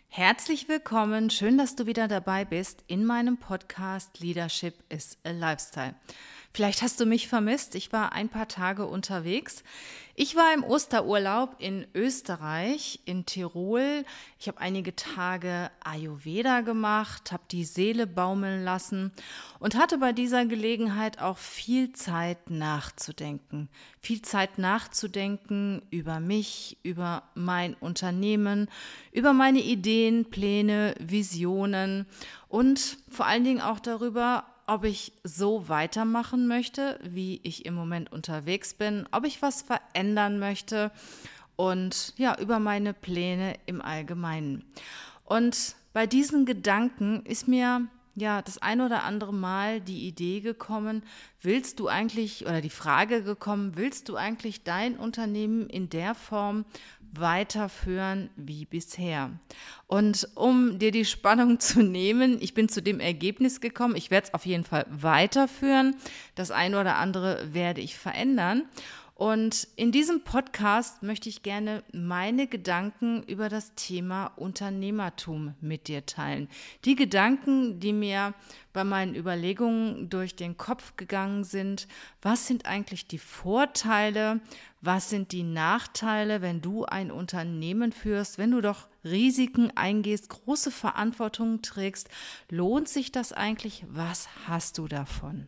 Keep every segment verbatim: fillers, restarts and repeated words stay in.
Herzlich willkommen, schön, dass du wieder dabei bist in meinem Podcast Leadership is a Lifestyle. Vielleicht hast du mich vermisst, ich war ein paar Tage unterwegs. Ich war im Osterurlaub in Österreich, in Tirol. Ich habe einige Tage Ayurveda gemacht, habe die Seele baumeln lassen und hatte bei dieser Gelegenheit auch viel Zeit nachzudenken. Viel Zeit nachzudenken über mich, über mein Unternehmen, über meine Ideen, Pläne, Visionen und vor allen Dingen auch darüber, ob ich so weitermachen möchte, wie ich im Moment unterwegs bin, ob ich was verändern möchte und ja, über meine Pläne im Allgemeinen. Und bei diesen Gedanken ist mir ja das ein oder andere Mal die Idee gekommen, willst du eigentlich, oder die Frage gekommen, willst du eigentlich dein Unternehmen in der Form weiterführen wie bisher? Und um dir die Spannung zu nehmen, ich bin zu dem Ergebnis gekommen, ich werde es auf jeden Fall weiterführen, das eine oder andere werde ich verändern. Und in diesem Podcast möchte ich gerne meine Gedanken über das Thema Unternehmertum mit dir teilen. Die Gedanken, die mir bei meinen Überlegungen durch den Kopf gegangen sind. Was sind eigentlich die Vorteile? Was sind die Nachteile, wenn du ein Unternehmen führst, wenn du doch Risiken eingehst, große Verantwortung trägst? Lohnt sich das eigentlich? Was hast du davon?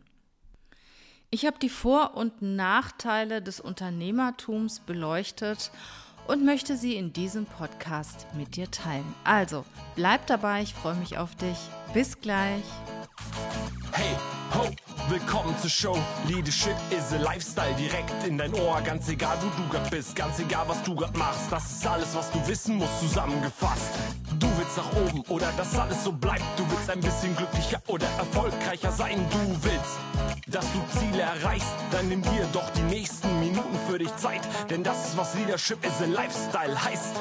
Ich habe die Vor- und Nachteile des Unternehmertums beleuchtet und möchte sie in diesem Podcast mit dir teilen. Also, bleib dabei, ich freue mich auf dich. Bis gleich. Hey, ho, willkommen zur Show. Leadership is a Lifestyle, direkt in dein Ohr. Ganz egal, wo du grad bist, ganz egal, was du grad machst. Das ist alles, was du wissen musst, zusammengefasst. Du willst nach oben oder dass alles so bleibt. Du willst ein bisschen glücklicher oder erfolgreicher sein. Du willst, dass du Ziele erreichst. Dann nimm dir doch die nächsten Minuten für dich Zeit. Denn das ist, was Leadership is a Lifestyle heißt.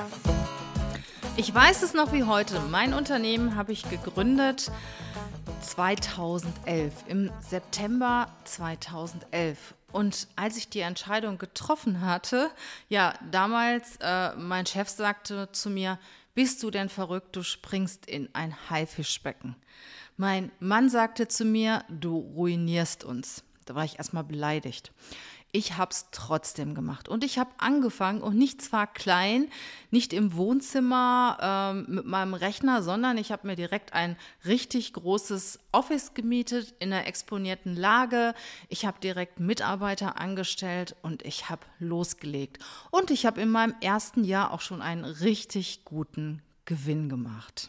Ich weiß es noch wie heute. Mein Unternehmen habe ich gegründet zweitausendelf, im September zweitausendelf. Und als ich die Entscheidung getroffen hatte, ja, damals, äh, mein Chef sagte zu mir, bist du denn verrückt, du springst in ein Haifischbecken. Mein Mann sagte zu mir, du ruinierst uns. Da war ich erstmal beleidigt. Ich habe es trotzdem gemacht und ich habe angefangen und nicht zwar klein, nicht im Wohnzimmer ähm, mit meinem Rechner, sondern ich habe mir direkt ein richtig großes Office gemietet in einer exponierten Lage. Ich habe direkt Mitarbeiter angestellt und ich habe losgelegt. Und ich habe in meinem ersten Jahr auch schon einen richtig guten Gewinn gemacht.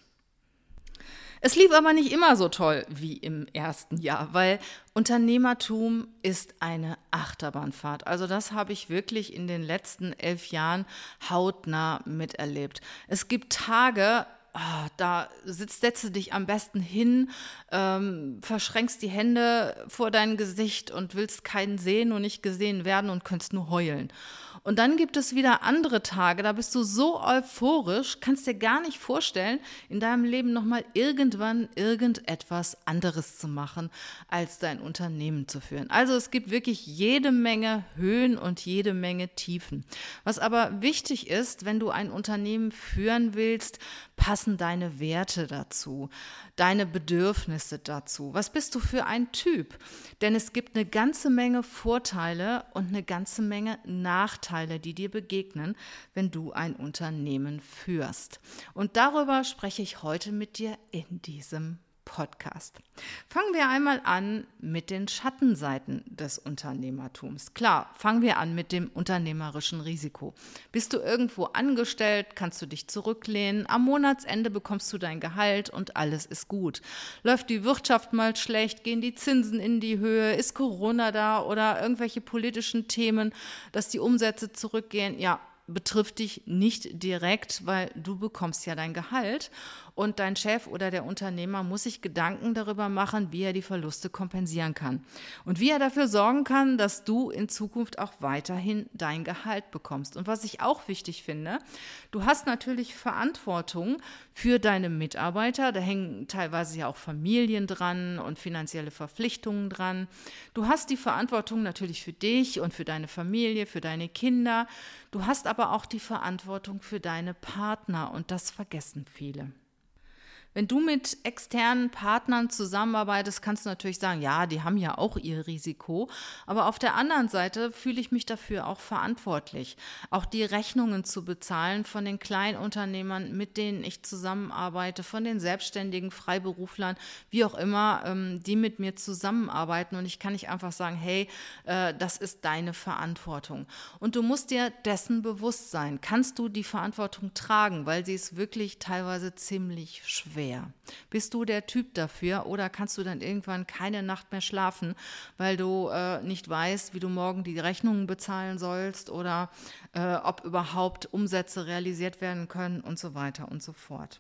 Es lief aber nicht immer so toll wie im ersten Jahr, weil Unternehmertum ist eine Achterbahnfahrt. Also das habe ich wirklich in den letzten elf Jahren hautnah miterlebt. Es gibt Tage, oh, da sitzt, setzt du dich am besten hin, ähm, verschränkst die Hände vor dein Gesicht und willst keinen sehen und nicht gesehen werden und könntest nur heulen. Und dann gibt es wieder andere Tage, da bist du so euphorisch, kannst dir gar nicht vorstellen, in deinem Leben nochmal irgendwann irgendetwas anderes zu machen, als dein Unternehmen zu führen. Also es gibt wirklich jede Menge Höhen und jede Menge Tiefen. Was aber wichtig ist, wenn du ein Unternehmen führen willst, passen deine Werte dazu, deine Bedürfnisse dazu. Was bist du für ein Typ? Denn es gibt eine ganze Menge Vorteile und eine ganze Menge Nachteile, die dir begegnen, wenn du ein Unternehmen führst. Und darüber spreche ich heute mit dir in diesem Podcast. Fangen wir einmal an mit den Schattenseiten des Unternehmertums. Klar, fangen wir an mit dem unternehmerischen Risiko. Bist du irgendwo angestellt, kannst du dich zurücklehnen, am Monatsende bekommst du dein Gehalt und alles ist gut. Läuft die Wirtschaft mal schlecht, gehen die Zinsen in die Höhe, ist Corona da oder irgendwelche politischen Themen, dass die Umsätze zurückgehen, ja, betrifft dich nicht direkt, weil du bekommst ja dein Gehalt und dein Chef oder der Unternehmer muss sich Gedanken darüber machen, wie er die Verluste kompensieren kann und wie er dafür sorgen kann, dass du in Zukunft auch weiterhin dein Gehalt bekommst. Und was ich auch wichtig finde, du hast natürlich Verantwortung für deine Mitarbeiter, da hängen teilweise ja auch Familien dran und finanzielle Verpflichtungen dran. Du hast die Verantwortung natürlich für dich und für deine Familie, für deine Kinder. Du hast aber auch die Verantwortung für deine Partner und das vergessen viele. Wenn du mit externen Partnern zusammenarbeitest, kannst du natürlich sagen, ja, die haben ja auch ihr Risiko. Aber auf der anderen Seite fühle ich mich dafür auch verantwortlich, auch die Rechnungen zu bezahlen von den Kleinunternehmern, mit denen ich zusammenarbeite, von den selbstständigen Freiberuflern, wie auch immer, die mit mir zusammenarbeiten. Und ich kann nicht einfach sagen, hey, das ist deine Verantwortung. Und du musst dir dessen bewusst sein. Kannst du die Verantwortung tragen, weil sie ist wirklich teilweise ziemlich schwer. Bist du der Typ dafür oder kannst du dann irgendwann keine Nacht mehr schlafen, weil du äh, nicht weißt, wie du morgen die Rechnungen bezahlen sollst oder äh, ob überhaupt Umsätze realisiert werden können und so weiter und so fort.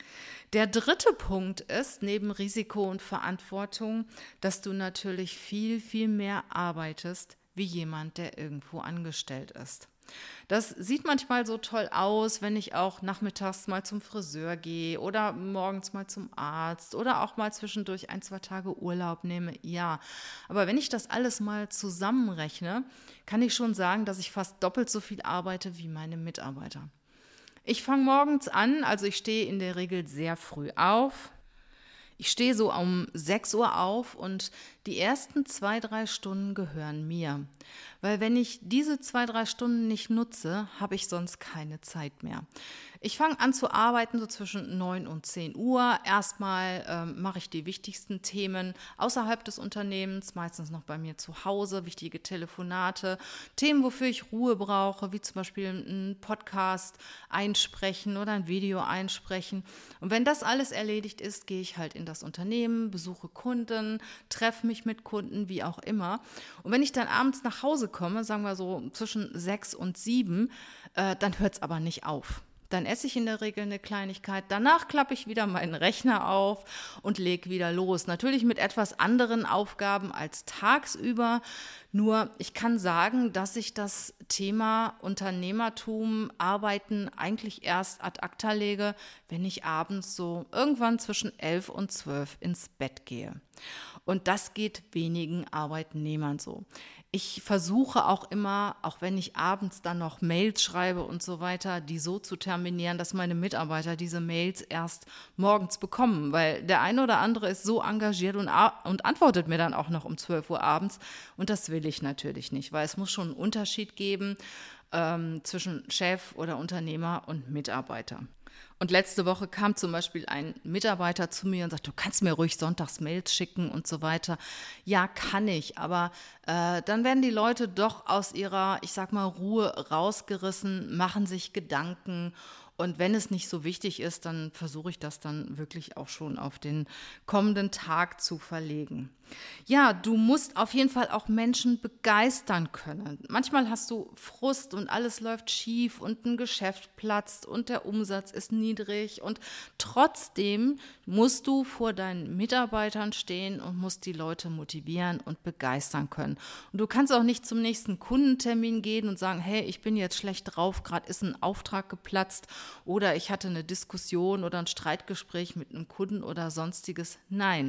Der dritte Punkt ist, neben Risiko und Verantwortung, dass du natürlich viel, viel mehr arbeitest wie jemand, der irgendwo angestellt ist. Das sieht manchmal so toll aus, wenn ich auch nachmittags mal zum Friseur gehe oder morgens mal zum Arzt oder auch mal zwischendurch ein, zwei Tage Urlaub nehme. Ja, aber wenn ich das alles mal zusammenrechne, kann ich schon sagen, dass ich fast doppelt so viel arbeite wie meine Mitarbeiter. Ich fange morgens an, also ich stehe in der Regel sehr früh auf. Ich stehe so um sechs Uhr auf und die ersten zwei, drei Stunden gehören mir. Weil wenn ich diese zwei, drei Stunden nicht nutze, habe ich sonst keine Zeit mehr. Ich fange an zu arbeiten so zwischen neun und zehn Uhr. Erstmal ähm, mache ich die wichtigsten Themen außerhalb des Unternehmens, meistens noch bei mir zu Hause, wichtige Telefonate, Themen, wofür ich Ruhe brauche, wie zum Beispiel einen Podcast einsprechen oder ein Video einsprechen. Und wenn das alles erledigt ist, gehe ich halt in das Unternehmen, besuche Kunden, treffe mich mit Kunden, wie auch immer. Und wenn ich dann abends nach Hause komme, sagen wir so zwischen sechs und sieben, äh, dann hört es aber nicht auf. Dann esse ich in der Regel eine Kleinigkeit. Danach klappe ich wieder meinen Rechner auf und lege wieder los. Natürlich mit etwas anderen Aufgaben als tagsüber. Nur ich kann sagen, dass ich das Thema Unternehmertum, Arbeiten eigentlich erst ad acta lege, wenn ich abends so irgendwann zwischen elf und zwölf ins Bett gehe. Und das geht wenigen Arbeitnehmern so. Ich versuche auch immer, auch wenn ich abends dann noch Mails schreibe und so weiter, die so zu terminieren, dass meine Mitarbeiter diese Mails erst morgens bekommen, weil der eine oder andere ist so engagiert und, und antwortet mir dann auch noch um zwölf Uhr abends und das will ich natürlich nicht, weil es muss schon einen Unterschied geben ähm, zwischen Chef oder Unternehmer und Mitarbeiter. Und letzte Woche kam zum Beispiel ein Mitarbeiter zu mir und sagte, du kannst mir ruhig sonntags Mails schicken und so weiter. Ja, kann ich, aber äh, dann werden die Leute doch aus ihrer, ich sag mal, Ruhe rausgerissen, machen sich Gedanken. Und wenn es nicht so wichtig ist, dann versuche ich das dann wirklich auch schon auf den kommenden Tag zu verlegen. Ja, du musst auf jeden Fall auch Menschen begeistern können. Manchmal hast du Frust und alles läuft schief und ein Geschäft platzt und der Umsatz ist niedrig und trotzdem musst du vor deinen Mitarbeitern stehen und musst die Leute motivieren und begeistern können. Und du kannst auch nicht zum nächsten Kundentermin gehen und sagen, hey, ich bin jetzt schlecht drauf, gerade ist ein Auftrag geplatzt oder ich hatte eine Diskussion oder ein Streitgespräch mit einem Kunden oder sonstiges. Nein.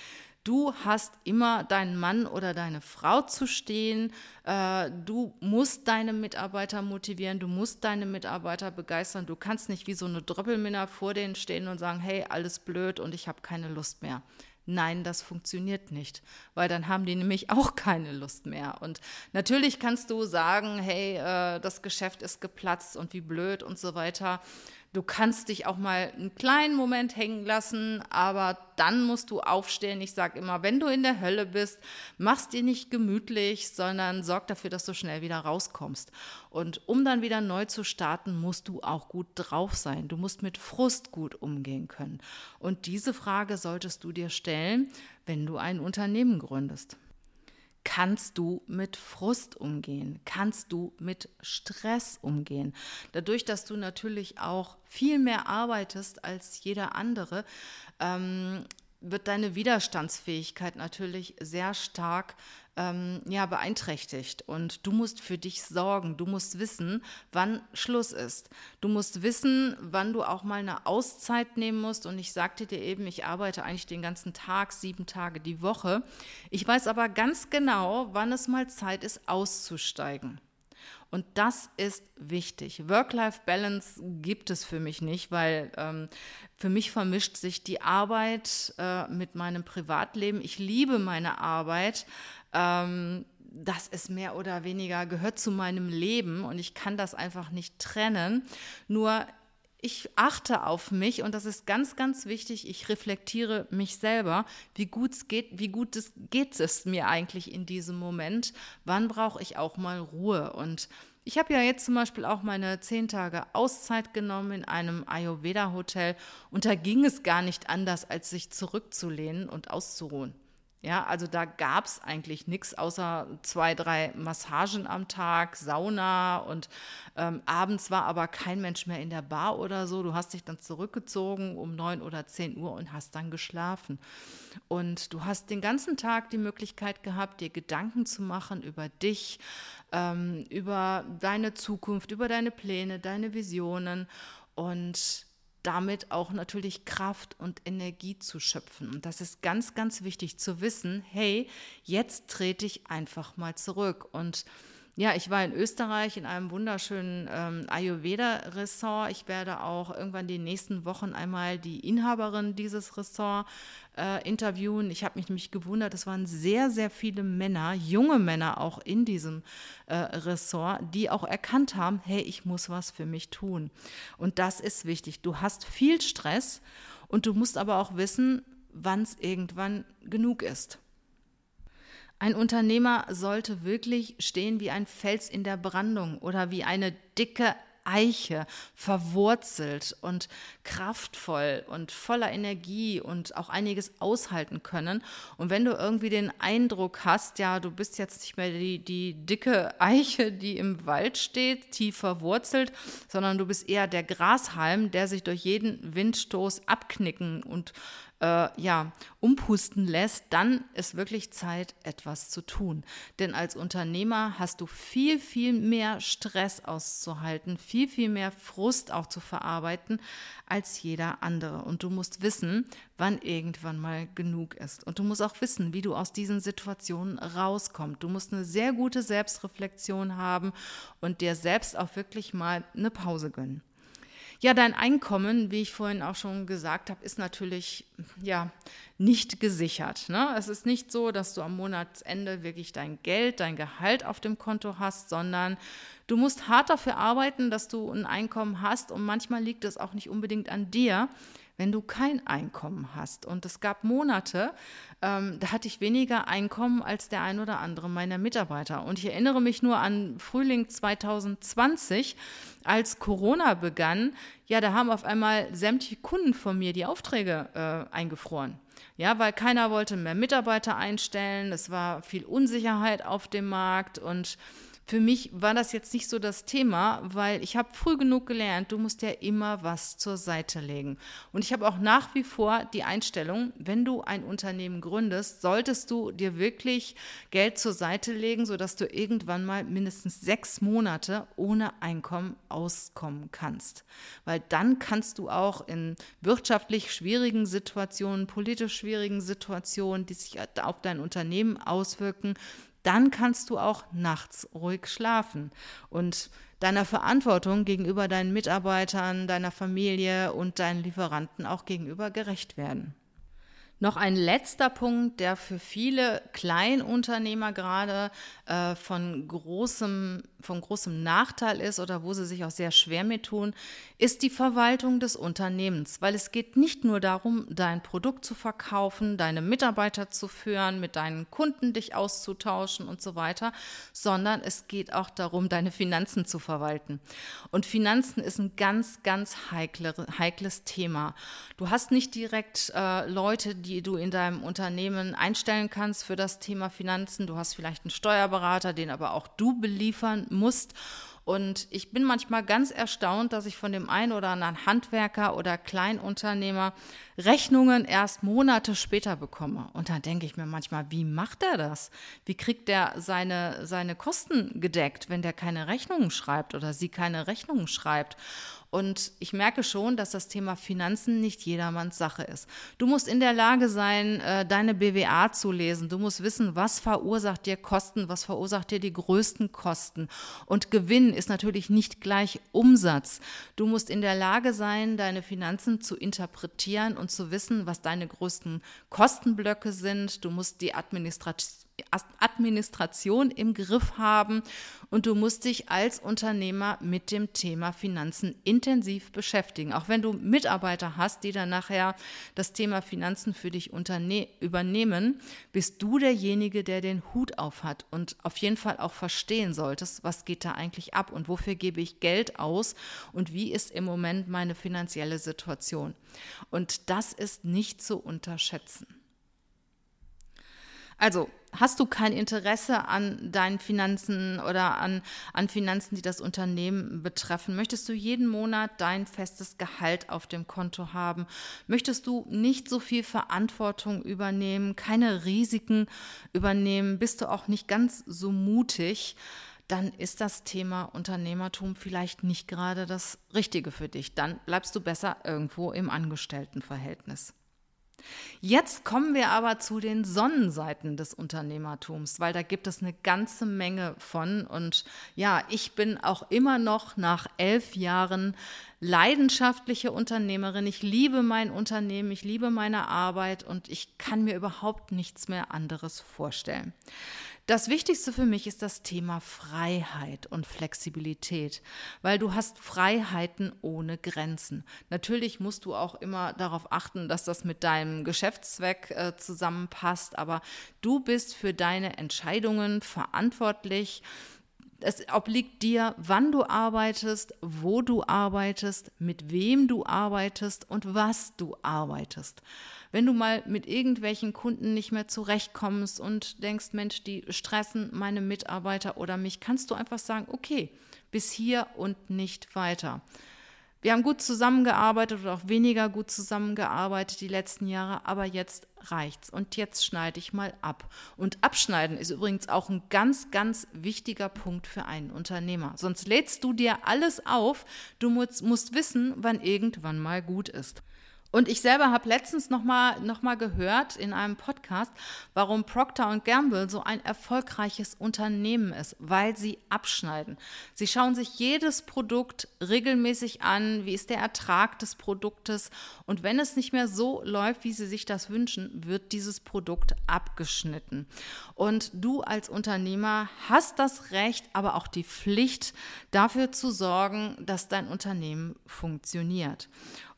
Du hast immer deinen Mann oder deine Frau zu stehen. Äh, du musst deine Mitarbeiter motivieren, du musst deine Mitarbeiter begeistern. Du kannst nicht wie so eine Dröppelminna vor denen stehen und sagen, hey, alles blöd und ich habe keine Lust mehr. Nein, das funktioniert nicht, weil dann haben die nämlich auch keine Lust mehr. Und natürlich kannst du sagen, hey, äh, das Geschäft ist geplatzt und wie blöd und so weiter. Du kannst dich auch mal einen kleinen Moment hängen lassen, aber dann musst du aufstehen. Ich sage immer, wenn du in der Hölle bist, mach's dir nicht gemütlich, sondern sorg dafür, dass du schnell wieder rauskommst. Und um dann wieder neu zu starten, musst du auch gut drauf sein. Du musst mit Frust gut umgehen können. Und diese Frage solltest du dir stellen, wenn du ein Unternehmen gründest. Kannst du mit Frust umgehen? Kannst du mit Stress umgehen? Dadurch, dass du natürlich auch viel mehr arbeitest als jeder andere, ähm, wird deine Widerstandsfähigkeit natürlich sehr stark ähm, ja, beeinträchtigt. Und du musst für dich sorgen. Du musst wissen, wann Schluss ist. Du musst wissen, wann du auch mal eine Auszeit nehmen musst. Und ich sagte dir eben, ich arbeite eigentlich den ganzen Tag, sieben Tage die Woche. Ich weiß aber ganz genau, wann es mal Zeit ist, auszusteigen. Und das ist wichtig. Work-Life-Balance gibt es für mich nicht, weil ähm, für mich vermischt sich die Arbeit äh, mit meinem Privatleben. Ich liebe meine Arbeit. Ähm, das ist mehr oder weniger, gehört zu meinem Leben und ich kann das einfach nicht trennen. Nur ich achte auf mich und das ist ganz, ganz wichtig. Ich reflektiere mich selber, wie gut es geht, wie gut es geht es mir eigentlich in diesem Moment. Wann brauche ich auch mal Ruhe? Und ich habe ja jetzt zum Beispiel auch meine zehn Tage Auszeit genommen in einem Ayurveda-Hotel und da ging es gar nicht anders, als sich zurückzulehnen und auszuruhen. Ja, also da gab es eigentlich nichts außer zwei, drei Massagen am Tag, Sauna und ähm, abends war aber kein Mensch mehr in der Bar oder so. Du hast dich dann zurückgezogen um neun oder zehn Uhr und hast dann geschlafen. Und du hast den ganzen Tag die Möglichkeit gehabt, dir Gedanken zu machen über dich, ähm, über deine Zukunft, über deine Pläne, deine Visionen und damit auch natürlich Kraft und Energie zu schöpfen. Und das ist ganz, ganz wichtig zu wissen, hey, jetzt trete ich einfach mal zurück. Und ja, ich war in Österreich in einem wunderschönen ähm, Ayurveda-Ressort. Ich werde auch irgendwann die nächsten Wochen einmal die Inhaberin dieses Ressorts äh, interviewen. Ich habe mich nämlich gewundert, es waren sehr, sehr viele Männer, junge Männer auch in diesem äh, Ressort, die auch erkannt haben, hey, ich muss was für mich tun. Und das ist wichtig. Du hast viel Stress und du musst aber auch wissen, wann es irgendwann genug ist. Ein Unternehmer sollte wirklich stehen wie ein Fels in der Brandung oder wie eine dicke Eiche, verwurzelt und kraftvoll und voller Energie und auch einiges aushalten können. Und wenn du irgendwie den Eindruck hast, ja, du bist jetzt nicht mehr die, die dicke Eiche, die im Wald steht, tief verwurzelt, sondern du bist eher der Grashalm, der sich durch jeden Windstoß abknicken und Äh, ja, umpusten lässt, dann ist wirklich Zeit, etwas zu tun. Denn als Unternehmer hast du viel, viel mehr Stress auszuhalten, viel, viel mehr Frust auch zu verarbeiten als jeder andere. Und du musst wissen, wann irgendwann mal genug ist. Und du musst auch wissen, wie du aus diesen Situationen rauskommst. Du musst eine sehr gute Selbstreflexion haben und dir selbst auch wirklich mal eine Pause gönnen. Ja, dein Einkommen, wie ich vorhin auch schon gesagt habe, ist natürlich ja nicht gesichert. Ne? Es ist nicht so, dass du am Monatsende wirklich dein Geld, dein Gehalt auf dem Konto hast, sondern du musst hart dafür arbeiten, dass du ein Einkommen hast und manchmal liegt es auch nicht unbedingt an dir, wenn du kein Einkommen hast. Und es gab Monate, ähm, da hatte ich weniger Einkommen als der ein oder andere meiner Mitarbeiter. Und ich erinnere mich nur an Frühling zwanzig zwanzig, als Corona begann. Ja, da haben auf einmal sämtliche Kunden von mir die Aufträge äh, eingefroren. Ja, weil keiner wollte mehr Mitarbeiter einstellen. Es war viel Unsicherheit auf dem Markt und für mich war das jetzt nicht so das Thema, weil ich habe früh genug gelernt, du musst ja immer was zur Seite legen. Und ich habe auch nach wie vor die Einstellung, wenn du ein Unternehmen gründest, solltest du dir wirklich Geld zur Seite legen, sodass du irgendwann mal mindestens sechs Monate ohne Einkommen auskommen kannst. Weil dann kannst du auch in wirtschaftlich schwierigen Situationen, politisch schwierigen Situationen, die sich auf dein Unternehmen auswirken, dann kannst du auch nachts ruhig schlafen und deiner Verantwortung gegenüber deinen Mitarbeitern, deiner Familie und deinen Lieferanten auch gegenüber gerecht werden. Noch ein letzter Punkt, der für viele Kleinunternehmer gerade äh, von großem, von großem Nachteil ist oder wo sie sich auch sehr schwer mit tun, ist die Verwaltung des Unternehmens. Weil es geht nicht nur darum, dein Produkt zu verkaufen, deine Mitarbeiter zu führen, mit deinen Kunden dich auszutauschen und so weiter, sondern es geht auch darum, deine Finanzen zu verwalten. Und Finanzen ist ein ganz, ganz heikle, heikles Thema. Du hast nicht direkt äh, Leute, die die du in deinem Unternehmen einstellen kannst für das Thema Finanzen. Du hast vielleicht einen Steuerberater, den aber auch du beliefern musst. Und ich bin manchmal ganz erstaunt, dass ich von dem einen oder anderen Handwerker oder Kleinunternehmer Rechnungen erst Monate später bekomme. Und dann denke ich mir manchmal, wie macht er das? Wie kriegt er seine, seine Kosten gedeckt, wenn der keine Rechnungen schreibt oder sie keine Rechnungen schreibt? Und ich merke schon, dass das Thema Finanzen nicht jedermanns Sache ist. Du musst in der Lage sein, deine B W A zu lesen. Du musst wissen, was verursacht dir Kosten, was verursacht dir die größten Kosten. Und Gewinn ist natürlich nicht gleich Umsatz. Du musst in der Lage sein, deine Finanzen zu interpretieren und zu wissen, was deine größten Kostenblöcke sind. Du musst die Administration Administration im Griff haben und du musst dich als Unternehmer mit dem Thema Finanzen intensiv beschäftigen. Auch wenn du Mitarbeiter hast, die dann nachher das Thema Finanzen für dich unterne- übernehmen, bist du derjenige, der den Hut auf hat und auf jeden Fall auch verstehen solltest, was geht da eigentlich ab und wofür gebe ich Geld aus und wie ist im Moment meine finanzielle Situation. Und das ist nicht zu unterschätzen. Also, hast du kein Interesse an deinen Finanzen oder an, an Finanzen, die das Unternehmen betreffen? Möchtest du jeden Monat dein festes Gehalt auf dem Konto haben? Möchtest du nicht so viel Verantwortung übernehmen, keine Risiken übernehmen? Bist du auch nicht ganz so mutig? Dann ist das Thema Unternehmertum vielleicht nicht gerade das Richtige für dich. Dann bleibst du besser irgendwo im Angestelltenverhältnis. Jetzt kommen wir aber zu den Sonnenseiten des Unternehmertums, weil da gibt es eine ganze Menge von. Und ja, ich bin auch immer noch nach elf Jahren leidenschaftliche Unternehmerin. Ich liebe mein Unternehmen, ich liebe meine Arbeit und ich kann mir überhaupt nichts mehr anderes vorstellen. Das Wichtigste für mich ist das Thema Freiheit und Flexibilität, weil du hast Freiheiten ohne Grenzen. Natürlich musst du auch immer darauf achten, dass das mit deinem Geschäftszweck äh, zusammenpasst, aber du bist für deine Entscheidungen verantwortlich. Es obliegt dir, wann du arbeitest, wo du arbeitest, mit wem du arbeitest und was du arbeitest. Wenn du mal mit irgendwelchen Kunden nicht mehr zurechtkommst und denkst, Mensch, die stressen meine Mitarbeiter oder mich, kannst du einfach sagen, okay, bis hier und nicht weiter. Wir haben gut zusammengearbeitet oder auch weniger gut zusammengearbeitet die letzten Jahre, aber jetzt reicht's und jetzt schneide ich mal ab. Und abschneiden ist übrigens auch ein ganz, ganz wichtiger Punkt für einen Unternehmer. Sonst lädst du dir alles auf, du musst, musst wissen, wann irgendwann mal gut ist. Und ich selber habe letztens nochmal noch mal gehört in einem Podcast, warum Procter und Gamble so ein erfolgreiches Unternehmen ist, weil sie abschneiden. Sie schauen sich jedes Produkt regelmäßig an, wie ist der Ertrag des Produktes und wenn es nicht mehr so läuft, wie sie sich das wünschen, wird dieses Produkt abgeschnitten. Und du als Unternehmer hast das Recht, aber auch die Pflicht, dafür zu sorgen, dass dein Unternehmen funktioniert.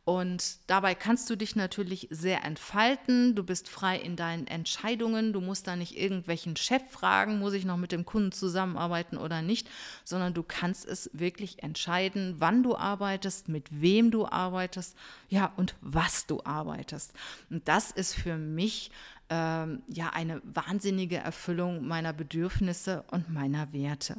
Und dabei kannst du dich natürlich sehr entfalten. Du bist frei in deinen Entscheidungen. Du musst da nicht irgendwelchen Chef fragen, muss ich noch mit dem Kunden zusammenarbeiten oder nicht, sondern du kannst es wirklich entscheiden, wann du arbeitest, mit wem du arbeitest, ja, und was du arbeitest. Und das ist für mich ähm, ja eine wahnsinnige Erfüllung meiner Bedürfnisse und meiner Werte.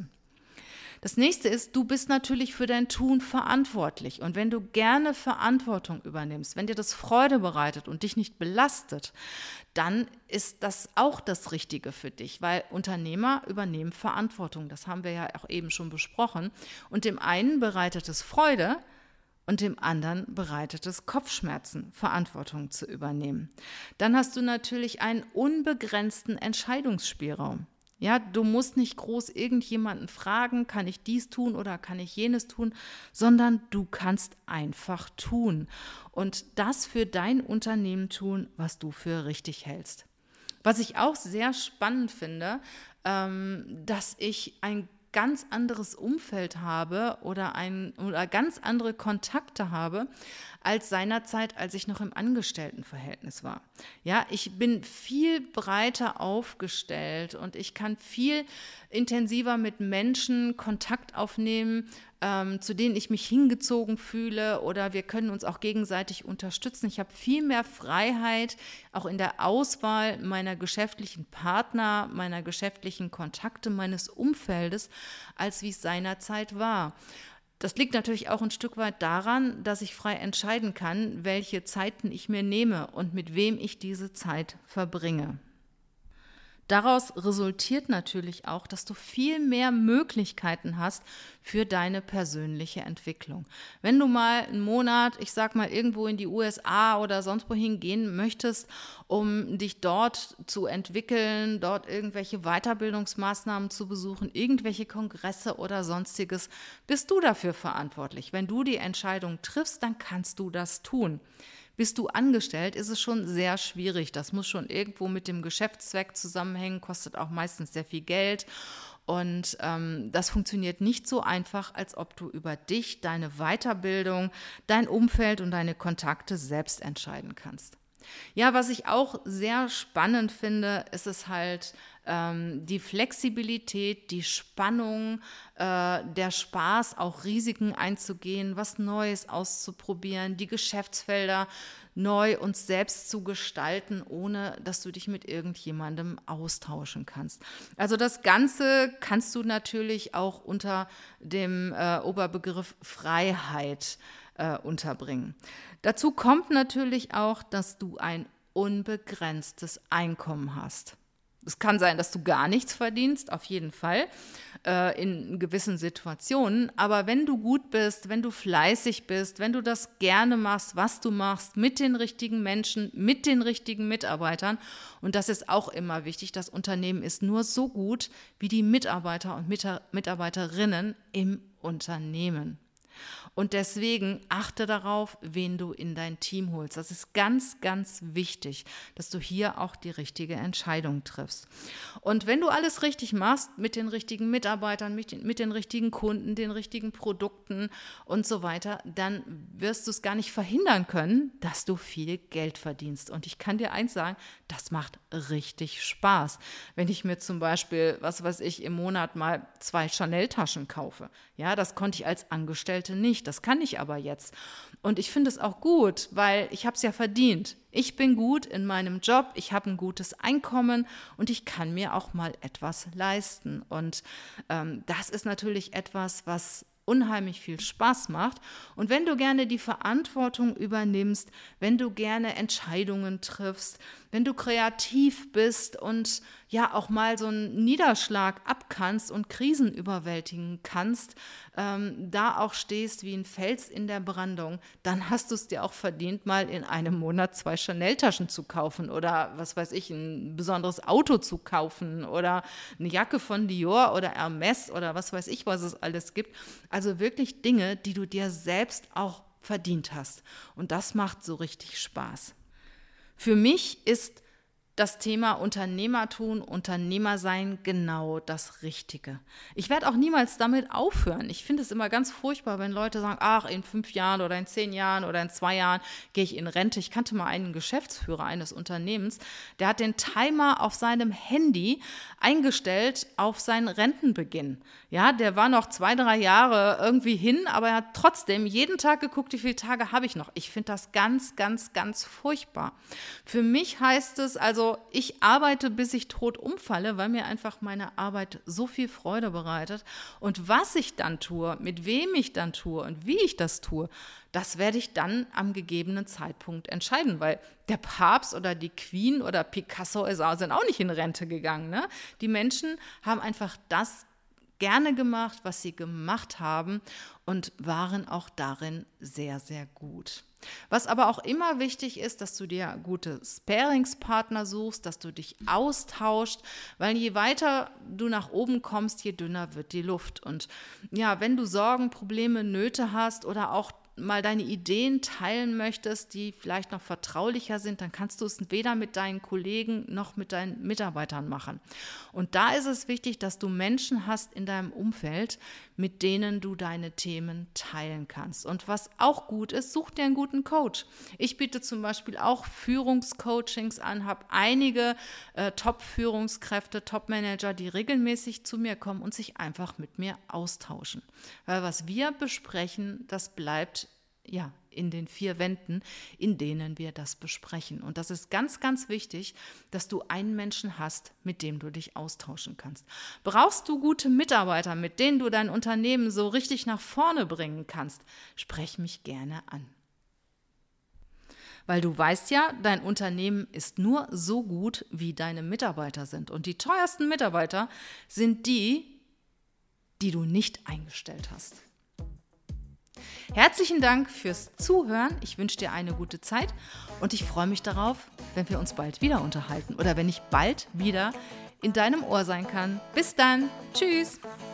Das nächste ist, du bist natürlich für dein Tun verantwortlich. Und wenn du gerne Verantwortung übernimmst, wenn dir das Freude bereitet und dich nicht belastet, dann ist das auch das Richtige für dich, weil Unternehmer übernehmen Verantwortung. Das haben wir ja auch eben schon besprochen. Und dem einen bereitet es Freude und dem anderen bereitet es Kopfschmerzen, Verantwortung zu übernehmen. Dann hast du natürlich einen unbegrenzten Entscheidungsspielraum. Ja, du musst nicht groß irgendjemanden fragen, kann ich dies tun oder kann ich jenes tun, sondern du kannst einfach tun und das für dein Unternehmen tun, was du für richtig hältst. Was ich auch sehr spannend finde, ähm, dass ich ein ganz anderes Umfeld habe oder, ein, oder ganz andere Kontakte habe als seinerzeit, als ich noch im Angestelltenverhältnis war. Ja, ich bin viel breiter aufgestellt und ich kann viel intensiver mit Menschen Kontakt aufnehmen, ähm, zu denen ich mich hingezogen fühle oder wir können uns auch gegenseitig unterstützen. Ich habe viel mehr Freiheit, auch in der Auswahl meiner geschäftlichen Partner, meiner geschäftlichen Kontakte, meines Umfeldes, als wie es seinerzeit war. Das liegt natürlich auch ein Stück weit daran, dass ich frei entscheiden kann, welche Zeiten ich mir nehme und mit wem ich diese Zeit verbringe. Daraus resultiert natürlich auch, dass du viel mehr Möglichkeiten hast für deine persönliche Entwicklung. Wenn du mal einen Monat, ich sag mal, irgendwo in die U S A oder sonst wohin gehen möchtest, um dich dort zu entwickeln, dort irgendwelche Weiterbildungsmaßnahmen zu besuchen, irgendwelche Kongresse oder sonstiges, bist du dafür verantwortlich. Wenn du die Entscheidung triffst, dann kannst du das tun. Bist du angestellt, ist es schon sehr schwierig. Das muss schon irgendwo mit dem Geschäftszweck zusammenhängen, kostet auch meistens sehr viel Geld. Und ähm, das funktioniert nicht so einfach, als ob du über dich, deine Weiterbildung, dein Umfeld und deine Kontakte selbst entscheiden kannst. Ja, was ich auch sehr spannend finde, ist es halt ähm, die Flexibilität, die Spannung, äh, der Spaß, auch Risiken einzugehen, was Neues auszuprobieren, die Geschäftsfelder neu und selbst zu gestalten, ohne dass du dich mit irgendjemandem austauschen kannst. Also das Ganze kannst du natürlich auch unter dem äh, Oberbegriff Freiheit äh, unterbringen. Dazu kommt natürlich auch, dass du ein unbegrenztes Einkommen hast. Es kann sein, dass du gar nichts verdienst, auf jeden Fall, äh, in gewissen Situationen. Aber wenn du gut bist, wenn du fleißig bist, wenn du das gerne machst, was du machst, mit den richtigen Menschen, mit den richtigen Mitarbeitern, und das ist auch immer wichtig, das Unternehmen ist nur so gut wie die Mitarbeiter und Mitarbeiterinnen im Unternehmen. Und deswegen achte darauf, wen du in dein Team holst. Das ist ganz, ganz wichtig, dass du hier auch die richtige Entscheidung triffst. Und wenn du alles richtig machst, mit den richtigen Mitarbeitern, mit den, mit den richtigen Kunden, den richtigen Produkten und so weiter, dann wirst du es gar nicht verhindern können, dass du viel Geld verdienst. Und ich kann dir eins sagen, das macht richtig Spaß. Wenn ich mir zum Beispiel, was weiß ich, im Monat mal zwei Chanel-Taschen kaufe. Ja, das konnte ich als Angestellte nicht. Das kann ich aber jetzt. Und ich finde es auch gut, weil ich habe es ja verdient. Ich bin gut in meinem Job, ich habe ein gutes Einkommen und ich kann mir auch mal etwas leisten. Und ähm, das ist natürlich etwas, was unheimlich viel Spaß macht. Und wenn du gerne die Verantwortung übernimmst, wenn du gerne Entscheidungen triffst, wenn du kreativ bist und ja auch mal so einen Niederschlag abkannst und Krisen überwältigen kannst, ähm, da auch stehst wie ein Fels in der Brandung, dann hast du es dir auch verdient, mal in einem Monat zwei Chanel-Taschen zu kaufen oder was weiß ich, ein besonderes Auto zu kaufen oder eine Jacke von Dior oder Hermes oder was weiß ich, was es alles gibt. Also wirklich Dinge, die du dir selbst auch verdient hast. Und das macht so richtig Spaß. Für mich ist das Thema Unternehmertun, Unternehmersein genau das Richtige. Ich werde auch niemals damit aufhören. Ich finde es immer ganz furchtbar, wenn Leute sagen, ach, in fünf Jahren oder in zehn Jahren oder in zwei Jahren gehe ich in Rente. Ich kannte mal einen Geschäftsführer eines Unternehmens, der hat den Timer auf seinem Handy eingestellt auf seinen Rentenbeginn. Ja, der war noch zwei, drei Jahre irgendwie hin, aber er hat trotzdem jeden Tag geguckt, wie viele Tage habe ich noch. Ich finde das ganz, ganz, ganz furchtbar. Für mich heißt es also, ich arbeite, bis ich tot umfalle, weil mir einfach meine Arbeit so viel Freude bereitet. Und was ich dann tue, mit wem ich dann tue und wie ich das tue, das werde ich dann am gegebenen Zeitpunkt entscheiden, weil der Papst oder die Queen oder Picasso sind auch nicht in Rente gegangen. Ne? Die Menschen haben einfach das gerne gemacht, was sie gemacht haben und waren auch darin sehr, sehr gut. Was aber auch immer wichtig ist, dass du dir gute Sparingspartner suchst, dass du dich austauscht, weil je weiter du nach oben kommst, je dünner wird die Luft. Und ja, wenn du Sorgen, Probleme, Nöte hast oder auch mal deine Ideen teilen möchtest, die vielleicht noch vertraulicher sind, dann kannst du es weder mit deinen Kollegen noch mit deinen Mitarbeitern machen. Und da ist es wichtig, dass du Menschen hast in deinem Umfeld, mit denen du deine Themen teilen kannst. Und was auch gut ist, such dir einen guten Coach. Ich biete zum Beispiel auch Führungscoachings an, habe einige äh, Top-Führungskräfte, Top-Manager, die regelmäßig zu mir kommen und sich einfach mit mir austauschen. Weil was wir besprechen, das bleibt ja in den vier Wänden, in denen wir das besprechen. Und das ist ganz, ganz wichtig, dass du einen Menschen hast, mit dem du dich austauschen kannst. Brauchst du gute Mitarbeiter, mit denen du dein Unternehmen so richtig nach vorne bringen kannst? Sprech mich gerne an. Weil du weißt ja, dein Unternehmen ist nur so gut, wie deine Mitarbeiter sind. Und die teuersten Mitarbeiter sind die, die du nicht eingestellt hast. Herzlichen Dank fürs Zuhören. Ich wünsche dir eine gute Zeit und ich freue mich darauf, wenn wir uns bald wieder unterhalten oder wenn ich bald wieder in deinem Ohr sein kann. Bis dann. Tschüss.